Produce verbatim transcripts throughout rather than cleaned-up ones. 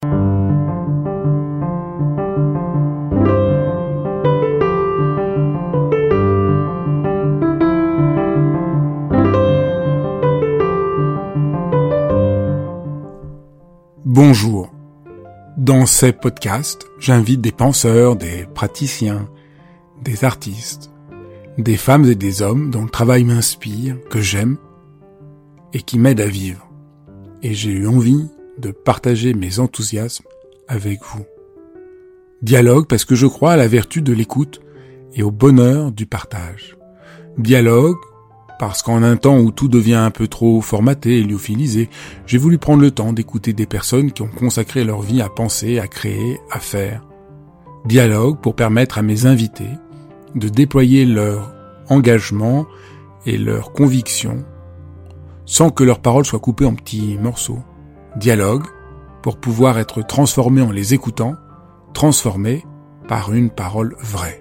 Bonjour. Dans ces podcasts, j'invite des penseurs, des praticiens, des artistes, des femmes et des hommes dont le travail m'inspire, que j'aime et qui m'aident à vivre. Et j'ai eu envie de partager mes enthousiasmes avec vous. Dialogue parce que je crois à la vertu de l'écoute et au bonheur du partage. Dialogue parce qu'en un temps où tout devient un peu trop formaté et lyophilisé, j'ai voulu prendre le temps d'écouter des personnes qui ont consacré leur vie à penser, à créer, à faire. Dialogue pour permettre à mes invités de déployer leur engagement et leur conviction sans que leurs paroles soient coupées en petits morceaux. Dialogue pour pouvoir être transformé en les écoutant, transformé par une parole vraie.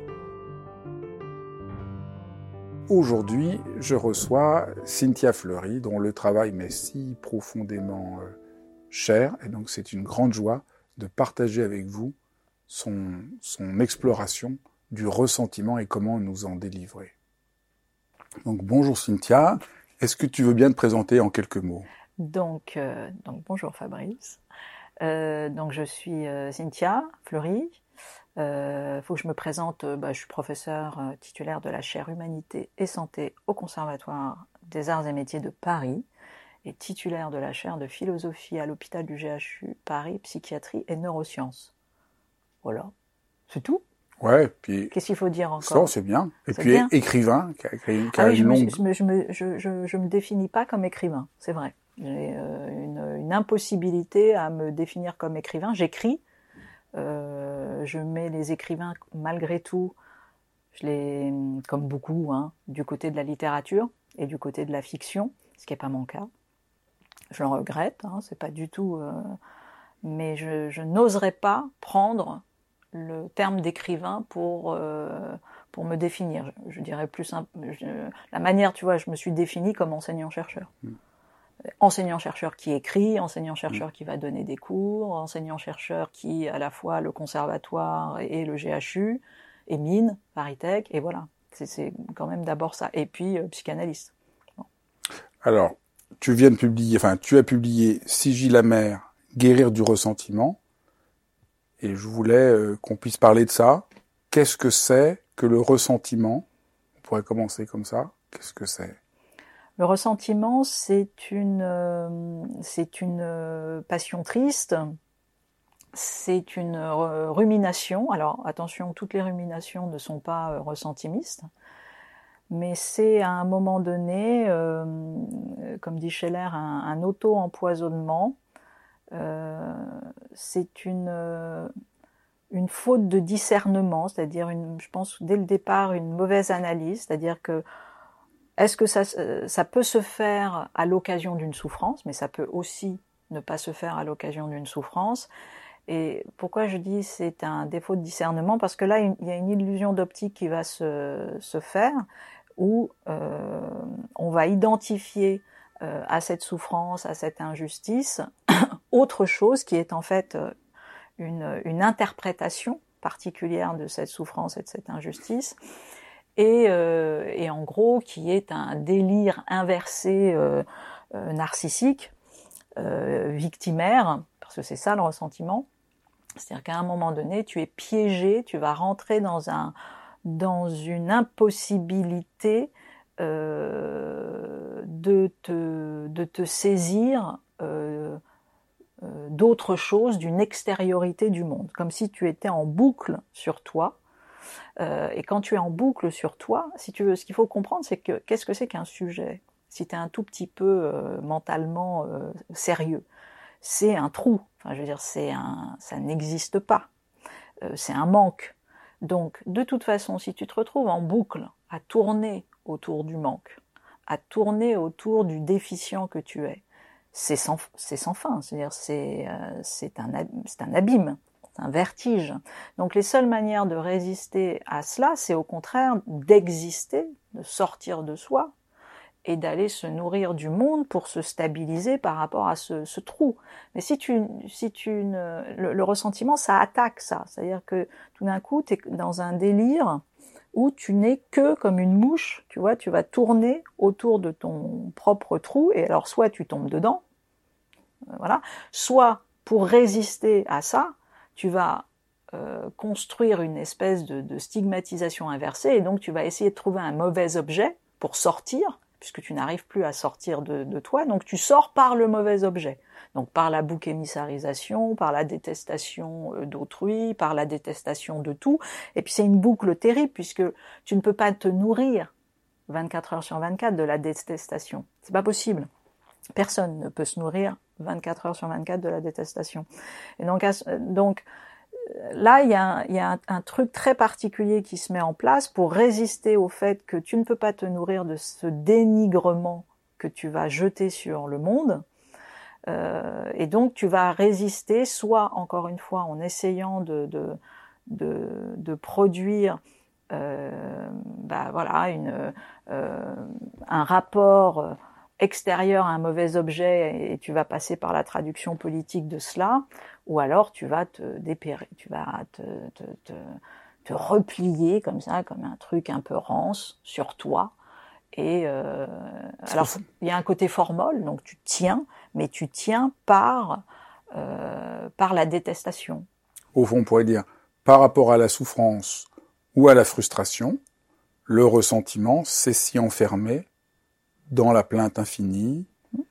Aujourd'hui, je reçois Cynthia Fleury, dont le travail m'est si profondément euh, cher, et donc c'est une grande joie de partager avec vous son, son exploration du ressentiment et comment nous en délivrer. Donc bonjour Cynthia, est-ce que tu veux bien te présenter en quelques mots ? Donc, euh, donc bonjour Fabrice, euh, donc je suis euh, Cynthia Fleury. Il euh, faut que je me présente, bah, je suis professeure euh, titulaire de la chaire Humanité et Santé au Conservatoire des Arts et Métiers de Paris et titulaire de la chaire de philosophie à l'hôpital du G H U Paris, psychiatrie et neurosciences. Voilà, c'est tout. Ouais, puis... Qu'est-ce qu'il faut dire encore ? Ça, c'est bien. Et c'est puis bien. écrivain, qui a écrit qui a ah oui, une je longue... Me, je, me, je, me, je, je, je me définis pas comme écrivain, c'est vrai. J'ai euh, une, une impossibilité à me définir comme écrivain. J'écris. Euh, je mets les écrivains, malgré tout, je les, comme beaucoup, hein, du côté de la littérature et du côté de la fiction, ce qui n'est pas mon cas. Je le regrette, hein, c'est pas du tout... Euh, mais je, je n'oserais pas prendre le terme d'écrivain pour, euh, pour me définir. Je, je dirais plus... Simple, je, la manière, tu vois, je me suis définie comme enseignant-chercheur. Mmh. Enseignant-chercheur qui écrit, enseignant-chercheur mmh. qui va donner des cours, enseignant-chercheur qui, à la fois le conservatoire et le G H U, et mine, Paris-Tech, et voilà. C'est, c'est quand même d'abord ça. Et puis, euh, psychanalyste. Bon. Alors, tu viens de publier, enfin, tu as publié Sigy Lamère, Guérir du ressentiment, et je voulais euh, qu'on puisse parler de ça. Qu'est-ce que c'est que le ressentiment ? On pourrait commencer comme ça. Qu'est-ce que c'est ? Le ressentiment, c'est une, euh, c'est une euh, passion triste, c'est une euh, rumination. Alors attention, toutes les ruminations ne sont pas euh, ressentimistes, mais c'est à un moment donné, euh, comme dit Scheller, un, un auto-empoisonnement. Euh, c'est une, euh, une faute de discernement, c'est-à-dire, une, je pense, dès le départ, une mauvaise analyse, c'est-à-dire que est-ce que ça, ça peut se faire à l'occasion d'une souffrance, mais ça peut aussi ne pas se faire à l'occasion d'une souffrance. Et pourquoi je dis c'est un défaut de discernement ? Parce que là, il y a une illusion d'optique qui va se, se faire, où euh, on va identifier euh, à cette souffrance, à cette injustice, autre chose qui est en fait une, une interprétation particulière de cette souffrance et de cette injustice. Et, euh, et en gros, qui est un délire inversé euh, euh, narcissique, euh, victimaire, parce que c'est ça le ressentiment. C'est-à-dire qu'à un moment donné, tu es piégé, tu vas rentrer dans, un, dans une impossibilité euh, de, te, de te saisir euh, euh, d'autre chose, d'une extériorité du monde, comme si tu étais en boucle sur toi. Euh, et quand tu es en boucle sur toi, si tu veux, ce qu'il faut comprendre, c'est que qu'est-ce que c'est qu'un sujet ? Si tu es un tout petit peu euh, mentalement euh, sérieux, c'est un trou. Enfin, je veux dire, c'est un, ça n'existe pas. Euh, c'est un manque. Donc, de toute façon, si tu te retrouves en boucle à tourner autour du manque, à tourner autour du déficient que tu es, c'est sans, c'est sans fin. C'est-à-dire, c'est, euh, c'est un, c'est un abîme. C'est un vertige. Donc les seules manières de résister à cela, c'est au contraire d'exister, de sortir de soi et d'aller se nourrir du monde pour se stabiliser par rapport à ce, ce trou. Mais si tu, si tu ne, le, le ressentiment, ça attaque ça. C'est-à-dire que tout d'un coup, tu es dans un délire où tu n'es que comme une mouche, tu vois, tu vas tourner autour de ton propre trou, et alors soit tu tombes dedans, euh, voilà, soit pour résister à ça, tu vas euh, construire une espèce de, de stigmatisation inversée, et donc tu vas essayer de trouver un mauvais objet pour sortir, puisque tu n'arrives plus à sortir de, de toi, donc tu sors par le mauvais objet. Donc par la bouc émissarisation, par la détestation d'autrui, par la détestation de tout. Et puis c'est une boucle terrible, puisque tu ne peux pas te nourrir vingt-quatre heures sur vingt-quatre de la détestation. C'est pas possible. Personne ne peut se nourrir vingt-quatre heures sur vingt-quatre de la détestation. Et donc, donc là, il y a, un, il y a un, un truc très particulier qui se met en place pour résister au fait que tu ne peux pas te nourrir de ce dénigrement que tu vas jeter sur le monde. Euh, et donc, tu vas résister, soit, encore une fois, en essayant de, de, de, de produire euh, bah, voilà, une, euh, un rapport extérieur à un mauvais objet, et tu vas passer par la traduction politique de cela, ou alors tu vas te dépérer, tu vas te, te, te, te replier comme ça, comme un truc un peu rance sur toi. Et euh, alors il y a un côté formol, donc tu tiens, mais tu tiens par euh, par la détestation. Au fond, on pourrait dire, par rapport à la souffrance ou à la frustration, le ressentiment, c'est s'y enfermer dans la plainte infinie,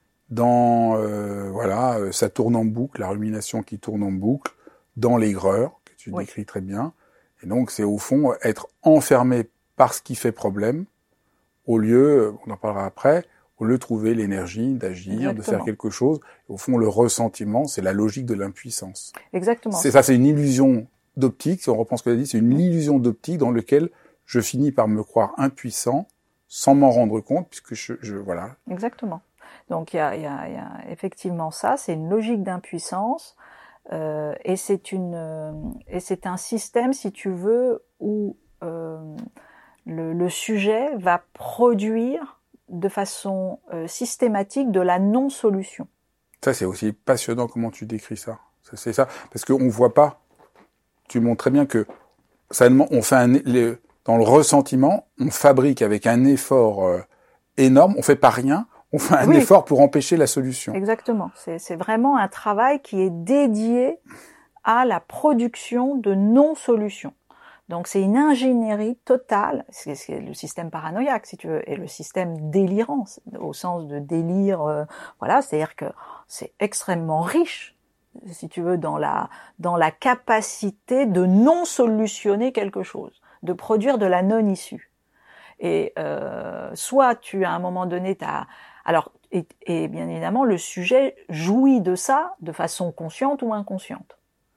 dans euh, voilà, ça tourne en boucle, la rumination qui tourne en boucle, dans l'aigreur que tu Oui. décris très bien. Et donc c'est au fond être enfermé par ce qui fait problème, au lieu, on en parlera après, au lieu de trouver l'énergie d'agir, Exactement. de faire quelque chose. Au fond, le ressentiment, c'est la logique de l'impuissance. Exactement. C'est ça, c'est une illusion d'optique. Si on reprend ce que tu as dit, c'est une illusion d'optique dans laquelle je finis par me croire impuissant, sans m'en rendre compte, puisque je, je voilà. Exactement. Donc il y a, y, a, y a effectivement ça, c'est une logique d'impuissance, euh, et c'est une, euh, et c'est un système, si tu veux, où euh, le, le sujet va produire de façon euh, systématique de la non-solution. Ça, c'est aussi passionnant comment tu décris ça. ça c'est ça, parce qu'on voit pas. Tu montres très bien que ça, on fait un, le, dans le ressentiment, on fabrique avec un effort euh, énorme. On fait pas rien. On fait un oui. effort pour empêcher la solution. Exactement. C'est, c'est vraiment un travail qui est dédié à la production de non-solutions. Donc c'est une ingénierie totale, c'est, c'est le système paranoïaque si tu veux, et le système délirant, au sens de délire, euh, voilà, c'est-à-dire que c'est extrêmement riche, si tu veux, dans la, dans la capacité de non solutionner quelque chose, de produire de la non-issue. Et euh, soit tu, à un moment donné, t'as... Alors, et, et bien évidemment, le sujet jouit de ça de façon consciente ou inconsciente.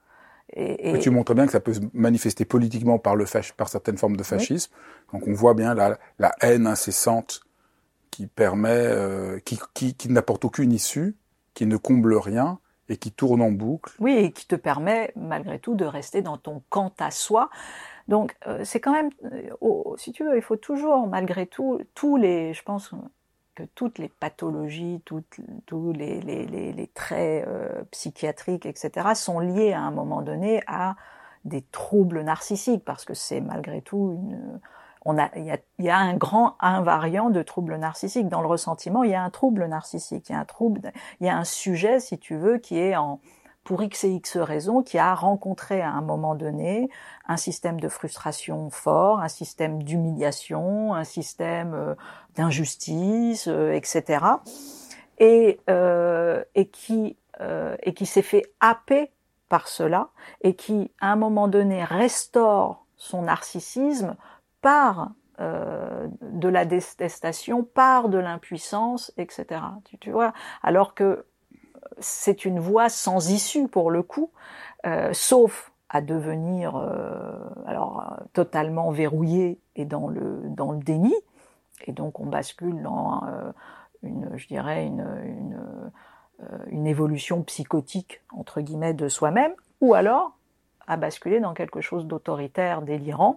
Et, et... Tu montres bien que ça peut se manifester politiquement par, le fach... par certaines formes de fascisme. Oui. Donc on voit bien la, la haine incessante qui permet, euh, qui, qui, qui n'apporte aucune issue, qui ne comble rien et qui tourne en boucle. Oui, et qui te permet malgré tout de rester dans ton quant à soi. Donc euh, c'est quand même, euh, oh, si tu veux, il faut toujours malgré tout, tous les, je pense que toutes les pathologies, toutes, tous les, les, les, les traits euh, psychiatriques, et cetera, sont liés à un moment donné à des troubles narcissiques, parce que c'est malgré tout une... On a, il y a, il y a un grand invariant de troubles narcissiques. Dans le ressentiment, il y a un trouble narcissique, il y a un trouble, il y a un sujet, si tu veux, qui est en, pour X et X raisons, qui a rencontré à un moment donné un système de frustration fort, un système d'humiliation, un système euh, d'injustice, euh, et cetera. Et, euh, et qui, euh, et qui s'est fait happer par cela, et qui, à un moment donné, restaure son narcissisme par euh, de la détestation, par de l'impuissance, et cetera. Tu, tu vois, alors que c'est une voie sans issue pour le coup, euh, sauf à devenir euh, alors totalement verrouillé et dans le dans le déni, et donc on bascule dans euh, une, je dirais une une, euh, une évolution psychotique entre guillemets de soi-même, ou alors à basculer dans quelque chose d'autoritaire, délirant,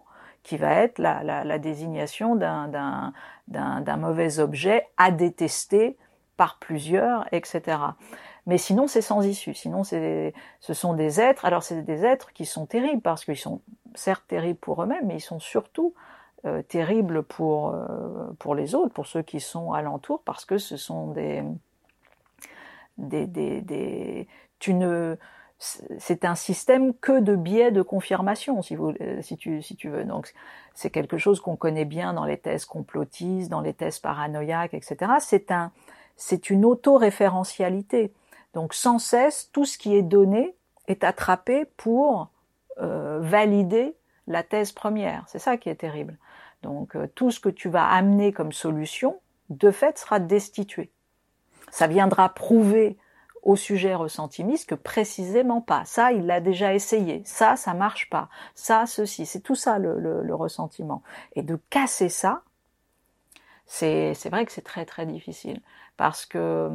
qui va être la, la, la désignation d'un, d'un, d'un, d'un mauvais objet à détester par plusieurs, et cetera. Mais sinon, c'est sans issue. Sinon, c'est, ce sont des êtres. Alors, c'est des êtres qui sont terribles parce qu'ils sont certes terribles pour eux-mêmes, mais ils sont surtout euh, terribles pour euh, pour les autres, pour ceux qui sont alentours, parce que ce sont des des des, des tu ne c'est un système que de biais de confirmation, si vous si tu si tu veux. Donc, c'est quelque chose qu'on connaît bien dans les thèses complotistes, dans les thèses paranoïaques, et cetera. C'est un c'est une autoréférentialité. Donc sans cesse, tout ce qui est donné est attrapé pour euh, valider la thèse première. C'est ça qui est terrible. Donc euh, tout ce que tu vas amener comme solution, de fait, sera destitué. Ça viendra prouver au sujet ressentimiste que précisément pas. Ça, il l'a déjà essayé. Ça, ça marche pas. Ça, ceci. C'est tout ça le, le, le ressentiment. Et de casser ça, c'est, c'est vrai que c'est très très difficile. Parce que...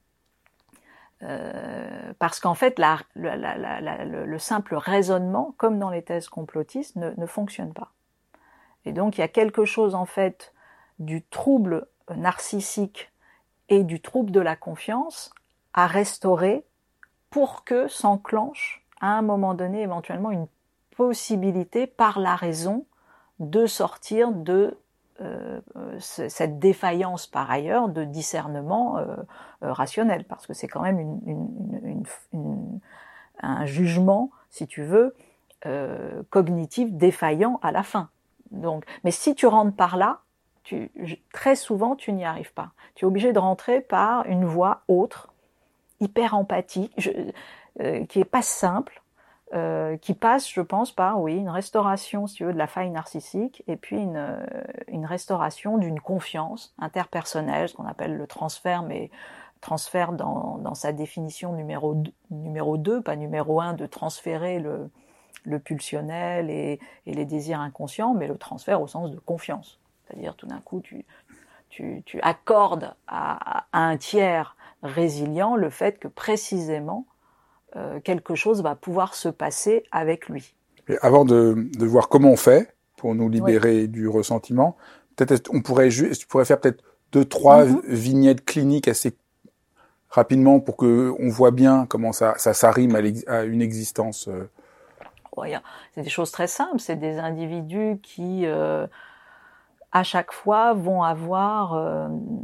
Euh, parce qu'en fait, la, la, la, la, le, le simple raisonnement, comme dans les thèses complotistes, ne, ne fonctionne pas. Et donc, il y a quelque chose, en fait, du trouble narcissique et du trouble de la confiance à restaurer pour que s'enclenche, à un moment donné, éventuellement, une possibilité, par la raison, de sortir de Euh, cette défaillance par ailleurs de discernement euh, euh, rationnel, parce que c'est quand même une, une, une, une, un jugement, si tu veux, euh, cognitif défaillant à la fin. Donc, mais si tu rentres par là, tu, très souvent tu n'y arrives pas. Tu es obligé de rentrer par une voie autre, hyper empathique, je, euh, qui est pas simple, Euh, qui passe, je pense, par oui, une restauration, si tu veux, de la faille narcissique, et puis une, euh, une restauration d'une confiance interpersonnelle, ce qu'on appelle le transfert, mais transfert dans, dans sa définition numéro deux, numéro deux, pas numéro un, de transférer le, le pulsionnel et, et les désirs inconscients, mais le transfert au sens de confiance. C'est-à-dire, tout d'un coup, tu, tu, tu accordes à, à un tiers résilient le fait que précisément Euh, quelque chose va pouvoir se passer avec lui. Et avant de, de voir comment on fait pour nous libérer oui. du ressentiment, peut-être on pourrait, tu pourrais faire peut-être deux, trois mm-hmm. vignettes cliniques assez rapidement pour que on voit bien comment ça, ça s'arrime à, à une existence. Euh... Ouais, c'est des choses très simples. C'est des individus qui, euh, à chaque fois, vont avoir euh,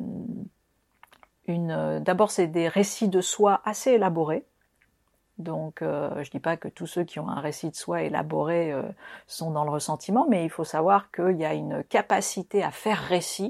une. D'abord, c'est des récits de soi assez élaborés. Donc, euh, je dis pas que tous ceux qui ont un récit de soi élaboré euh, sont dans le ressentiment, mais il faut savoir qu'il y a une capacité à faire récit,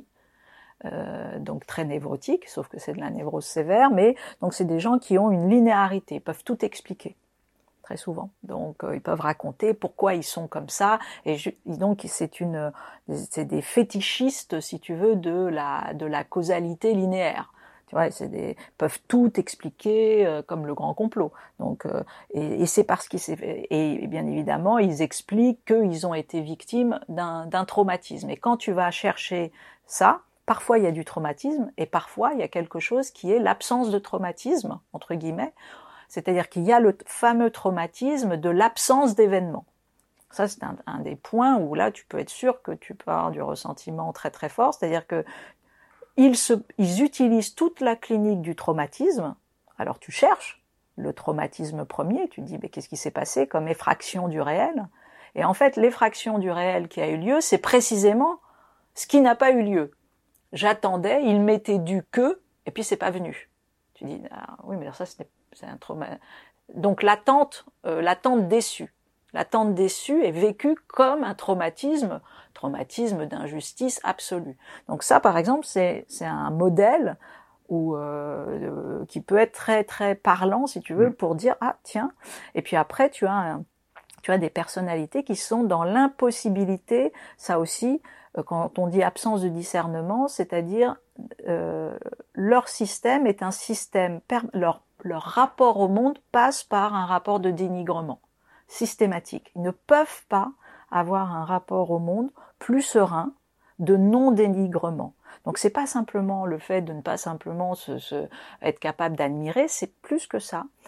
euh, donc très névrotique, sauf que c'est de la névrose sévère, mais donc c'est des gens qui ont une linéarité, peuvent tout expliquer, très souvent. Donc, euh, ils peuvent raconter pourquoi ils sont comme ça, et je, donc c'est une, c'est des fétichistes, si tu veux, de la, de la causalité linéaire. Tu vois, c'est des peuvent tout expliquer euh, comme le grand complot. Donc, euh, et, et c'est parce qu'ils et, et bien évidemment, ils expliquent qu'ils ont été victimes d'un, d'un traumatisme. Et quand tu vas chercher ça, parfois il y a du traumatisme et parfois il y a quelque chose qui est l'absence de traumatisme entre guillemets. C'est-à-dire qu'il y a le fameux traumatisme de l'absence d'événements. Ça, c'est un, un des points où là, tu peux être sûr que tu peux avoir du ressentiment très très fort. C'est-à-dire que Ils, se, ils utilisent toute la clinique du traumatisme. Alors tu cherches le traumatisme premier, tu te dis mais qu'est-ce qui s'est passé comme effraction du réel ? Et en fait, l'effraction du réel qui a eu lieu, c'est précisément ce qui n'a pas eu lieu. J'attendais, il m'était dû que, et puis c'est pas venu. Tu dis ah, oui mais ça c'est, c'est un trauma. Donc l'attente, euh, l'attente déçue. L'attente déçue est vécue comme un traumatisme, traumatisme d'injustice absolue. Donc ça, par exemple, c'est, c'est un modèle où, euh, qui peut être très très parlant, si tu veux, pour dire ah tiens. Et puis après, tu as un, tu as des personnalités qui sont dans l'impossibilité. Ça aussi, quand on dit absence de discernement, c'est-à-dire euh, leur système est un système, leur leur rapport au monde passe par un rapport de dénigrement systématique. Ils ne peuvent pas avoir un rapport au monde plus serein, de non-dénigrement. Donc c'est pas simplement le fait de ne pas simplement se, se, être capable d'admirer, c'est plus que ça.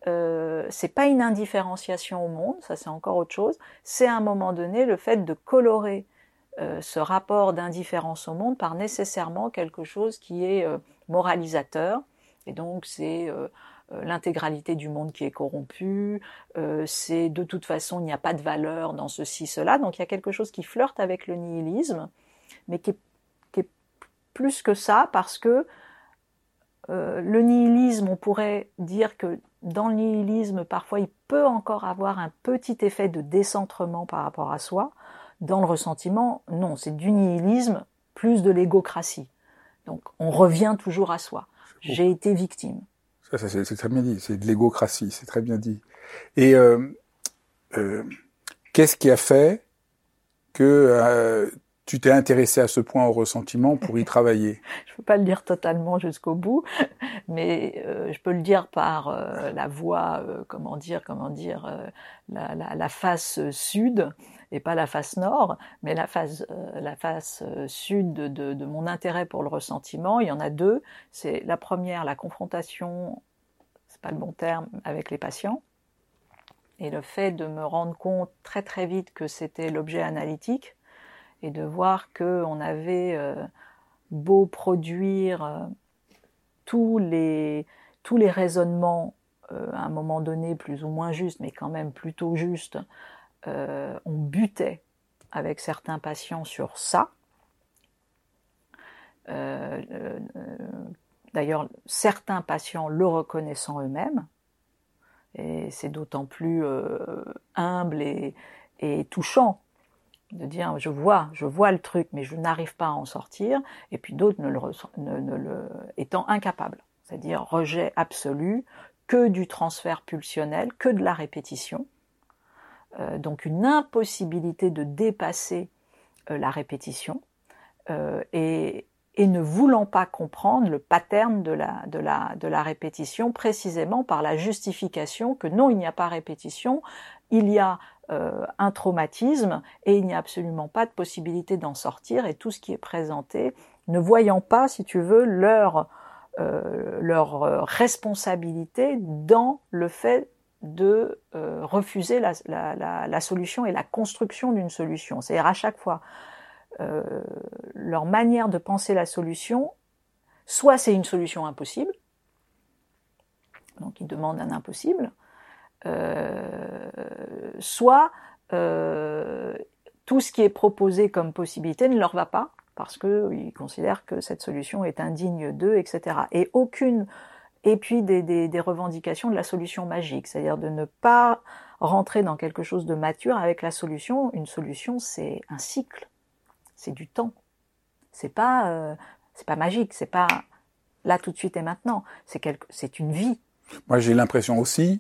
euh, c'est pas une indifférenciation au monde, ça c'est encore autre chose, c'est à un moment donné le fait de colorer euh, ce rapport d'indifférence au monde par nécessairement quelque chose qui est euh, moralisateur, et donc c'est euh, l'intégralité du monde qui est corrompu, euh, c'est de toute façon il n'y a pas de valeur dans ceci, cela, donc il y a quelque chose qui flirte avec le nihilisme, mais qui est, qui est plus que ça, parce que euh, le nihilisme, on pourrait dire que dans le nihilisme, parfois il peut encore avoir un petit effet de décentrement par rapport à soi. Dans le ressentiment, non, c'est du nihilisme plus de l'égocratie. Donc on revient toujours à soi. J'ai été victime. Ça, ça c'est, c'est très bien dit, c'est de l'égocratie, c'est très bien dit. Et euh, euh, qu'est-ce qui a fait que euh, tu t'es intéressé à ce point au ressentiment pour y travailler? Je ne peux pas le dire totalement jusqu'au bout, mais euh, je peux le dire par euh, la voie, euh, comment dire, comment dire, euh, la, la, la face sud, et pas la face nord, mais la face, euh, la face sud de, de, de mon intérêt pour le ressentiment. Il y en a deux. C'est la première, la confrontation, c'est pas le bon terme, avec les patients, et le fait de me rendre compte très très vite que c'était l'objet analytique, et de voir qu'on avait euh, beau produire euh, tous les, tous les raisonnements, euh, à un moment donné plus ou moins justes, mais quand même plutôt justes, euh, on butait avec certains patients sur ça. Euh, euh, d'ailleurs, certains patients le reconnaissant eux-mêmes, et c'est d'autant plus euh, humble et, et touchant de dire je vois, je vois le truc, mais je n'arrive pas à en sortir, et puis d'autres ne le, ne, ne le, étant incapables, c'est-à-dire rejet absolu, que du transfert pulsionnel, que de la répétition, euh, donc une impossibilité de dépasser euh, la répétition, euh, et, et ne voulant pas comprendre le pattern de la, de, la, de la répétition, précisément par la justification que non, il n'y a pas répétition, il y a euh, un traumatisme et il n'y a absolument pas de possibilité d'en sortir, et tout ce qui est présenté, ne voyant pas, si tu veux, leur, euh, leur responsabilité dans le fait de euh, refuser la, la, la, la solution et la construction d'une solution. C'est-à-dire à chaque fois, euh, leur manière de penser la solution, soit c'est une solution impossible, donc ils demandent un impossible, euh, soit euh, tout ce qui est proposé comme possibilité ne leur va pas, parce qu'ils considèrent que cette solution est indigne d'eux, et cetera. Et aucune... Et puis des, des, des revendications de la solution magique, c'est-à-dire de ne pas rentrer dans quelque chose de mature avec la solution. Une solution, c'est un cycle, c'est du temps. C'est pas, euh, c'est pas magique, c'est pas là tout de suite et maintenant. C'est quelque, c'est une vie. Moi, j'ai l'impression aussi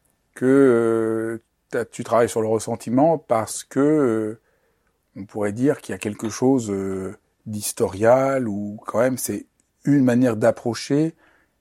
que euh, tu travailles sur le ressentiment parce que euh, on pourrait dire qu'il y a quelque chose euh, d'historial, ou quand même c'est une manière d'approcher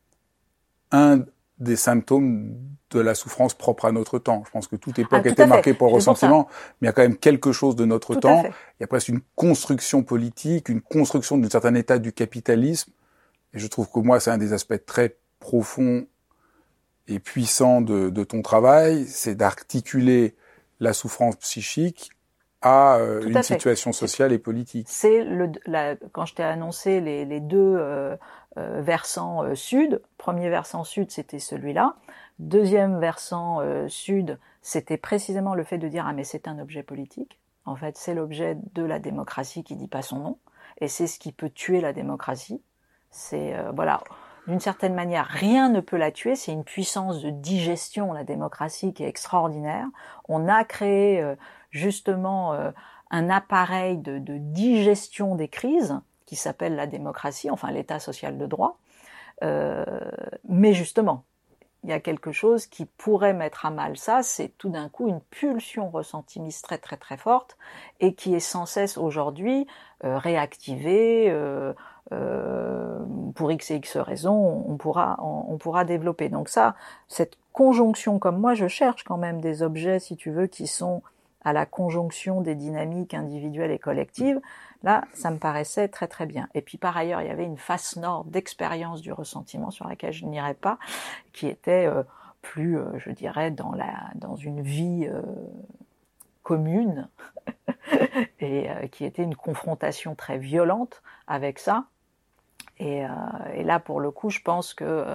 un des symptômes de la souffrance propre à notre temps. Je pense que toute époque ah, a été marquée fait. pour le C'est ressentiment, pour mais il y a quand même quelque chose de notre tout temps. Il y a presque une construction politique, une construction d'un certain état du capitalisme. Et je trouve que moi, c'est un des aspects très profonds et puissants de, de ton travail, c'est d'articuler la souffrance psychique à euh, une à situation sociale et politique. C'est le, la, quand je t'ai annoncé les, les deux euh, euh, versants euh, sud, premier versant sud, c'était celui-là. Deuxième versant euh, sud, c'était précisément le fait de dire ah mais c'est un objet politique. En fait, c'est l'objet de la démocratie qui dit pas son nom, et c'est ce qui peut tuer la démocratie. C'est euh, voilà. D'une certaine manière, rien ne peut la tuer, c'est une puissance de digestion, la démocratie, qui est extraordinaire. On a créé euh, justement euh, un appareil de, de digestion des crises, qui s'appelle la démocratie, enfin l'état social de droit. Euh, mais justement, il y a quelque chose qui pourrait mettre à mal ça, c'est tout d'un coup une pulsion ressentimiste très très très forte, et qui est sans cesse aujourd'hui euh, réactivée, euh, Euh, pour X et X raisons, on pourra, on, on pourra développer. Donc ça, cette conjonction, comme moi je cherche quand même des objets, si tu veux, qui sont à la conjonction des dynamiques individuelles et collectives, là, ça me paraissait très très bien. Et puis par ailleurs, il y avait une face nord d'expérience du ressentiment sur laquelle je n'irai pas, qui était euh, plus, euh, je dirais, dans la dans une vie euh, commune et euh, qui était une confrontation très violente avec ça. Et, euh, et là, pour le coup, je pense que euh,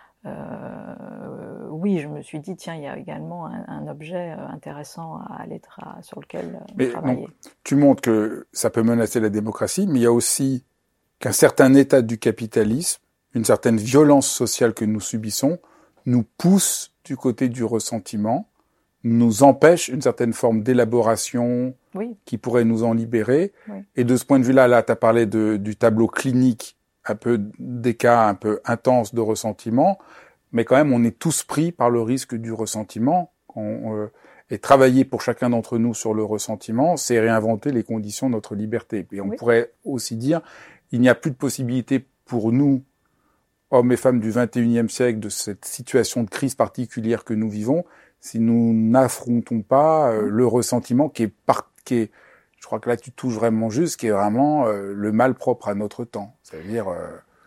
euh, oui, je me suis dit, tiens, il y a également un, un objet intéressant à aller tra- sur lequel euh, mais travailler. donc, tu montres que ça peut menacer la démocratie, mais il y a aussi qu'un certain état du capitalisme, une certaine violence sociale que nous subissons, nous pousse du côté du ressentiment, nous empêche une certaine forme d'élaboration Oui. qui pourrait nous en libérer. Oui. Et de ce point de vue-là, là, tu as parlé de, du tableau clinique, un peu des cas un peu intenses de ressentiment, mais quand même, on est tous pris par le risque du ressentiment. On, euh, et travailler pour chacun d'entre nous sur le ressentiment, c'est réinventer les conditions de notre liberté. Et on Oui. pourrait aussi dire, il n'y a plus de possibilité pour nous, hommes et femmes du vingt et unième siècle, de cette situation de crise particulière que nous vivons, si nous n'affrontons pas euh, le ressentiment qui est, par, qui est, je crois que là tu touches vraiment juste, qui est vraiment euh, le mal propre à notre temps. C'est-à-dire euh,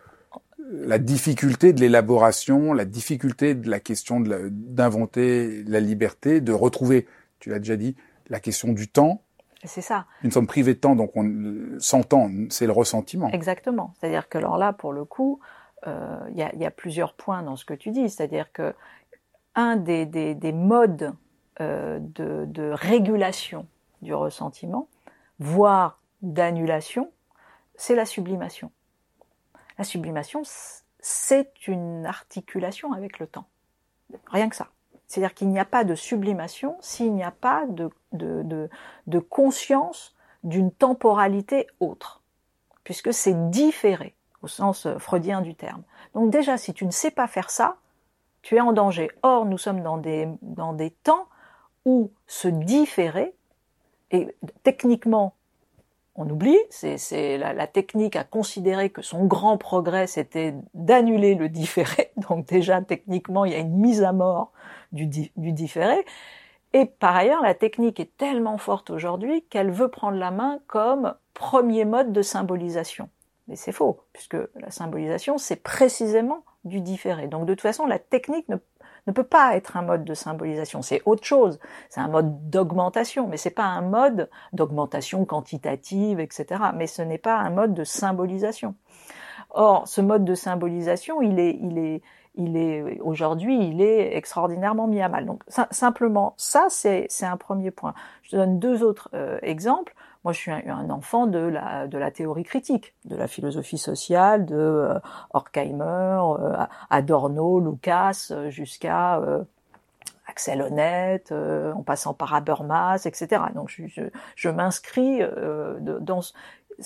la difficulté de l'élaboration, la difficulté de la question de la, d'inventer la liberté, de retrouver, tu l'as déjà dit, la question du temps. C'est ça. Nous sommes privés de temps, donc on, sans temps, c'est le ressentiment. Exactement. C'est-à-dire que alors là, pour le coup, il euh, y, a, y a plusieurs points dans ce que tu dis. C'est-à-dire que un des, des, des modes euh, de, de régulation du ressentiment, voire d'annulation, c'est la sublimation. La sublimation, c'est une articulation avec le temps. Rien que ça. C'est-à-dire qu'il n'y a pas de sublimation s'il n'y a pas de, de, de, de conscience d'une temporalité autre, puisque c'est différé, au sens freudien du terme. Donc déjà, si tu ne sais pas faire ça, tu es en danger. Or, nous sommes dans des, dans des temps où se différer, et techniquement, on oublie, c'est, c'est la, la technique a considéré que son grand progrès, c'était d'annuler le différé. Donc déjà, techniquement, il y a une mise à mort du, du différé. Et par ailleurs, la technique est tellement forte aujourd'hui qu'elle veut prendre la main comme premier mode de symbolisation. Mais c'est faux, puisque la symbolisation, c'est précisément du différé. Donc de toute façon, la technique ne, ne peut pas être un mode de symbolisation. C'est autre chose. C'est un mode d'augmentation, mais c'est pas un mode d'augmentation quantitative, et cetera. Mais ce n'est pas un mode de symbolisation. Or, ce mode de symbolisation, il est, il est, il est aujourd'hui, il est extraordinairement mis à mal. Donc ça, simplement, ça, c'est, c'est un premier point. Je te donne deux autres euh, exemples. Moi, je suis un, un enfant de la, de la théorie critique, de la philosophie sociale, de euh, Horkheimer, euh, Adorno, Lucas, euh, jusqu'à euh, Axel Honneth, euh, en passant par Habermas, et cetera. Donc, je, je, je m'inscris euh, de, dans ce,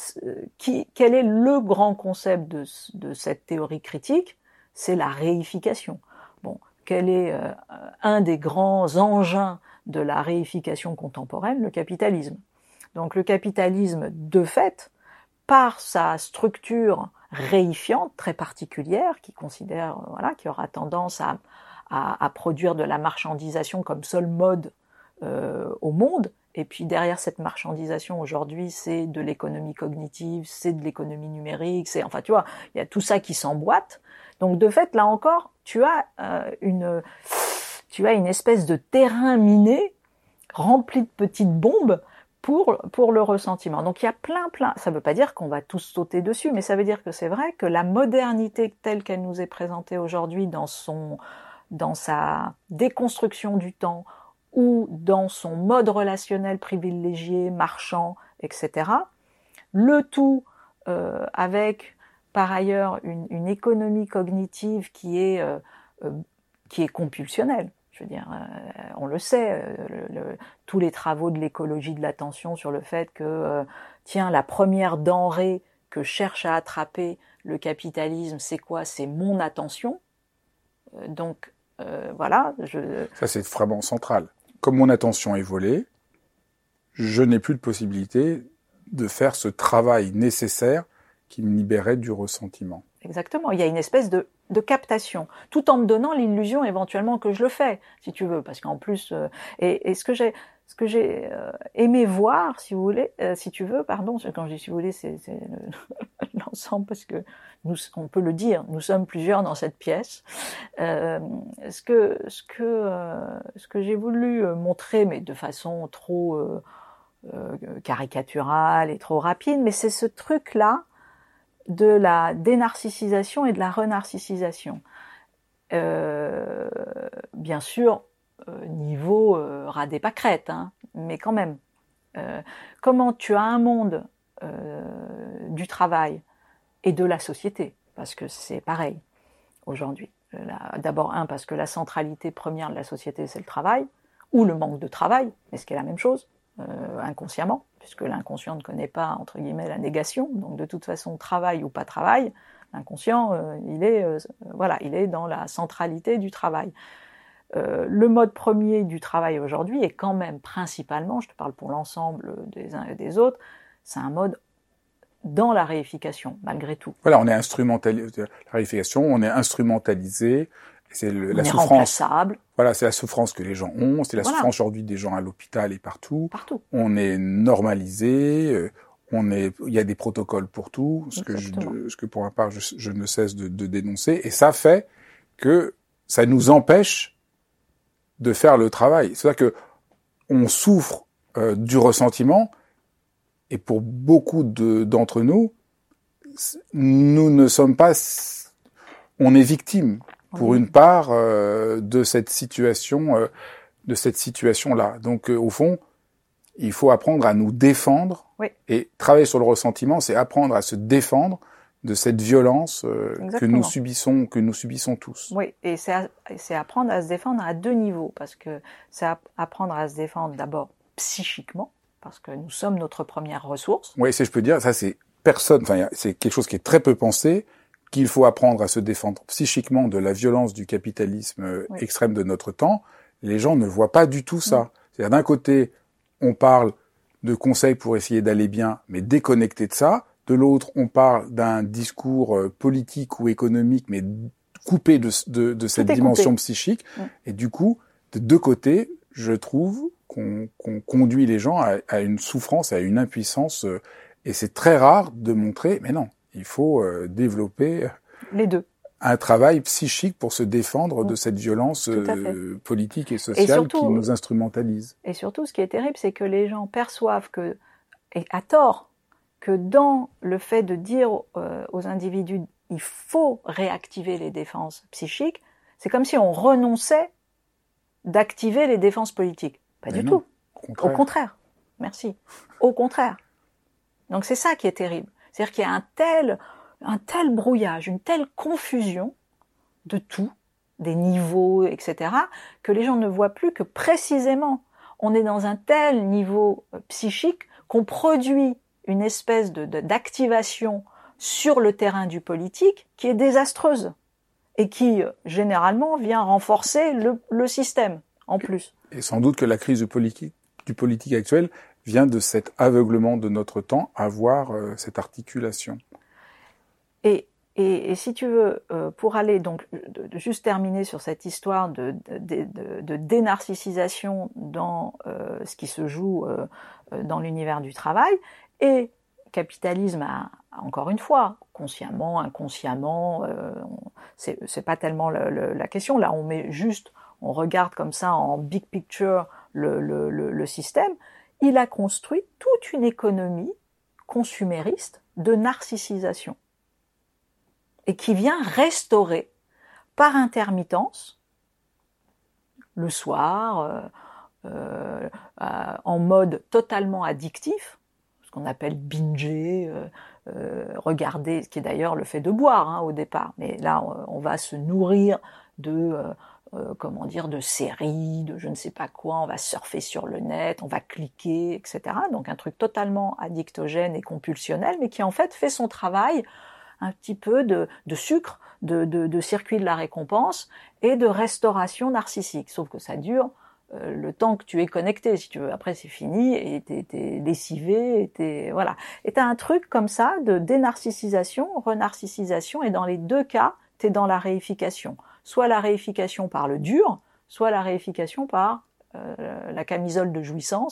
qui, quel est le grand concept de, de cette théorie critique? C'est la réification. Bon, quel est euh, un des grands engins de la réification contemporaine? Le capitalisme. Donc le capitalisme, de fait, par sa structure réifiante très particulière, qui considère, voilà, qui aura tendance à, à, à produire de la marchandisation comme seul mode euh, au monde, et puis derrière cette marchandisation aujourd'hui, c'est de l'économie cognitive, c'est de l'économie numérique, c'est, enfin tu vois, il y a tout ça qui s'emboîte. Donc de fait, là encore, tu as euh, une, tu as une espèce de terrain miné rempli de petites bombes pour pour le ressentiment. Donc il y a plein plein. Ça ne veut pas dire qu'on va tous sauter dessus, mais ça veut dire que c'est vrai que la modernité telle qu'elle nous est présentée aujourd'hui dans son dans sa déconstruction du temps ou dans son mode relationnel privilégié, marchand, et cetera. Le tout euh, avec par ailleurs une, une économie cognitive qui est euh, euh, qui est compulsionnelle. Je veux dire, euh, on le sait, euh, le, le, tous les travaux de l'écologie de l'attention sur le fait que, euh, tiens, la première denrée que cherche à attraper le capitalisme, c'est quoi? C'est mon attention. Euh, donc, euh, voilà. Je... Ça, c'est vraiment central. Comme mon attention est volée, je n'ai plus de possibilité de faire ce travail nécessaire qui me libérait du ressentiment. Exactement. Il y a une espèce de, de captation, tout en me donnant l'illusion éventuellement que je le fais, si tu veux, parce qu'en plus, euh, et, et ce que j'ai, ce que j'ai euh, aimé voir, si vous voulez, euh, si tu veux, pardon, quand je dis si vous voulez, c'est, c'est ensemble parce que nous, on peut le dire, nous sommes plusieurs dans cette pièce. Euh, ce que, ce que, euh, ce que j'ai voulu montrer, mais de façon trop euh, euh, caricaturale et trop rapide, mais c'est ce truc-là de la dénarcissisation et de la renarcissisation. Euh, bien sûr, euh, niveau euh, ras des pâquerettes, hein, mais quand même. Euh, comment tu as un monde euh, du travail et de la société, parce que c'est pareil aujourd'hui. D'abord, un, parce que la centralité première de la société, c'est le travail, ou le manque de travail, mais ce qui est la même chose, euh, inconsciemment, puisque l'inconscient ne connaît pas, entre guillemets, la négation, donc de toute façon, travail ou pas travail, l'inconscient, euh, il est, euh, voilà, il est dans la centralité du travail. Euh, le mode premier du travail aujourd'hui est quand même principalement, je te parle pour l'ensemble des uns et des autres, c'est un mode dans la réification, malgré tout. Voilà, on est instrumentalisé, la réification, on est instrumentalisé, c'est le, on la est souffrance. Remplaçable. Voilà, c'est la souffrance que les gens ont, c'est la voilà. souffrance aujourd'hui des gens à l'hôpital et partout. Partout. On est normalisé, euh, on est, il y a des protocoles pour tout, ce que, je, ce que pour ma part je, je ne cesse de, de dénoncer, et ça fait que ça nous empêche de faire le travail. C'est-à-dire que on souffre euh, du ressentiment, et pour beaucoup de, d'entre nous, nous ne sommes pas, on est victime pour oui. une part euh, de cette situation, euh, de cette situation-là. Donc, euh, au fond, il faut apprendre à nous défendre oui. et travailler sur le ressentiment, c'est apprendre à se défendre de cette violence euh, que nous subissons, que nous subissons tous. Oui, et c'est, à, c'est apprendre à se défendre à deux niveaux, parce que c'est apprendre à se défendre d'abord psychiquement, parce que nous sommes notre première ressource. Oui, si je peux dire, ça c'est personne, enfin c'est quelque chose qui est très peu pensé, qu'il faut apprendre à se défendre psychiquement de la violence du capitalisme oui. extrême de notre temps. Les gens ne voient pas du tout ça. Oui. C'est-à-dire d'un côté, on parle de conseils pour essayer d'aller bien, mais déconnecté de ça. De l'autre, on parle d'un discours politique ou économique, mais coupé de, de, de cette dimension coupé. psychique. Oui. Et du coup, de deux côtés, je trouve qu'on, qu'on conduit les gens à, à une souffrance, à une impuissance. Et c'est très rare de montrer, mais non, il faut euh, développer les deux. Un travail psychique pour se défendre de cette violence euh, politique et sociale et surtout, qui nous instrumentalise. Et surtout, ce qui est terrible, c'est que les gens perçoivent que, et à tort, que dans le fait de dire euh, aux individus il faut réactiver les défenses psychiques, c'est comme si on renonçait d'activer les défenses politiques. Pas mais du non, tout. Au contraire. Au contraire. Merci. Au contraire. Donc c'est ça qui est terrible. C'est-à-dire qu'il y a un tel, un tel brouillage, une telle confusion de tout, des niveaux, et cetera, que les gens ne voient plus que précisément on est dans un tel niveau psychique qu'on produit une espèce de, de, d'activation sur le terrain du politique qui est désastreuse et qui, généralement, vient renforcer le, le système, en plus. Et sans doute que la crise du politique, du politique actuel vient de cet aveuglement de notre temps à voir euh, cette articulation. Et, et, et si tu veux, euh, pour aller donc de, de juste terminer sur cette histoire de, de, de, de dénarcissisation dans euh, ce qui se joue euh, dans l'univers du travail, et capitalisme, a, encore une fois, consciemment, inconsciemment, euh, c'est, c'est pas tellement le, le, la question. Là, on met juste, on regarde comme ça en big picture le, le, le, le système. Il a construit toute une économie consumériste de narcissisation et qui vient restaurer par intermittence le soir, euh, euh, euh, en mode totalement addictif, ce qu'on appelle binger, euh, euh, regarder, ce qui est d'ailleurs le fait de boire hein, au départ, mais là on, on va se nourrir de euh, euh, comment dire, de séries, de je ne sais pas quoi, on va surfer sur le net, on va cliquer, et cetera. Donc un truc totalement addictogène et compulsionnel, mais qui en fait fait son travail un petit peu de, de sucre, de, de, de circuit de la récompense et de restauration narcissique. Sauf que ça dure euh, le temps que tu es connecté, si tu veux. Après, c'est fini et t'es, t'es lessivé, et t'es, voilà. Et t'as un truc comme ça de dénarcissisation, renarcissisation, et dans les deux cas, t'es dans la réification. Soit la réification par le dur, soit la réification par euh, la camisole de jouissance,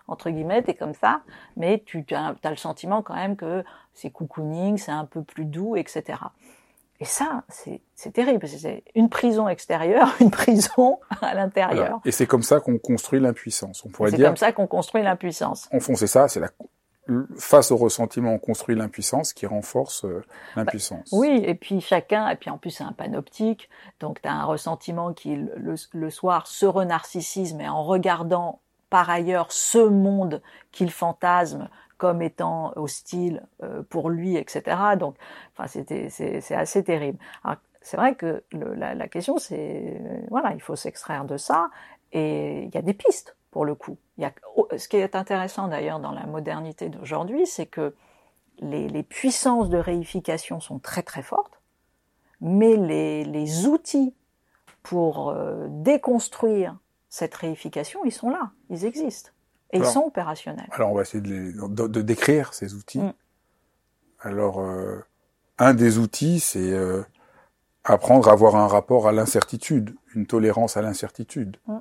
entre guillemets, t'es comme ça, mais tu as, as le sentiment quand même que c'est cocooning, c'est un peu plus doux, et cetera. Et ça, c'est, c'est terrible, parce que c'est une prison extérieure, une prison à l'intérieur. Voilà. Et c'est comme ça qu'on construit l'impuissance. On pourrait c'est dire. C'est comme ça qu'on construit l'impuissance. En fond, c'est ça, c'est la, face au ressentiment, on construit l'impuissance qui renforce euh, l'impuissance. Bah, oui, et puis chacun, et puis en plus c'est un panoptique, donc tu as un ressentiment qui, le, le soir, se renarcissise, mais en regardant par ailleurs ce monde qu'il fantasme comme étant hostile euh, pour lui, et cetera. Donc, enfin, c'était, c'est, c'est assez terrible. Alors, c'est vrai que le, la, la question, c'est, euh, voilà, il faut s'extraire de ça, et il y a des pistes, pour le coup. Il y a, ce qui est intéressant d'ailleurs dans la modernité d'aujourd'hui, c'est que les, les puissances de réification sont très très fortes, mais les, les outils pour euh, déconstruire cette réification, ils sont là, ils existent. Et alors, ils sont opérationnels. Alors, on va essayer de, les, de, de décrire ces outils. Mm. Alors, euh, un des outils, c'est euh, apprendre à avoir un rapport à l'incertitude, une tolérance à l'incertitude. Mm.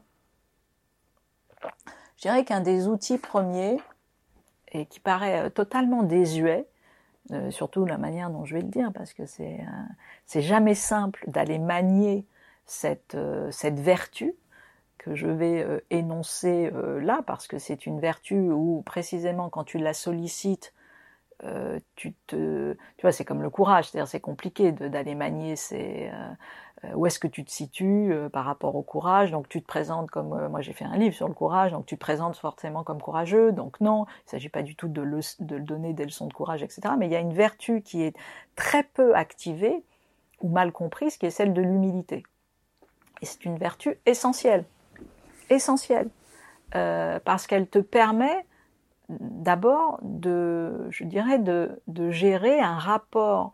Je dirais qu'un des outils premiers, et qui paraît totalement désuet, euh, surtout la manière dont je vais le dire, parce que c'est, euh, c'est jamais simple d'aller manier cette, euh, cette vertu, que je vais euh, énoncer euh, là, parce que c'est une vertu où, précisément, quand tu la sollicites, euh, tu te... Tu vois, c'est comme le courage, c'est-à-dire c'est compliqué de, d'aller manier ces... Euh, où est-ce que tu te situes euh, par rapport au courage, donc tu te présentes comme... Euh, moi, j'ai fait un livre sur le courage, donc tu te présentes forcément comme courageux, donc non, il ne s'agit pas du tout de, le, de donner des leçons de courage, et cetera, mais il y a une vertu qui est très peu activée, ou mal comprise, qui est celle de l'humilité. Et c'est une vertu essentielle. essentielle, euh, parce qu'elle te permet d'abord de, je dirais, de, de gérer un rapport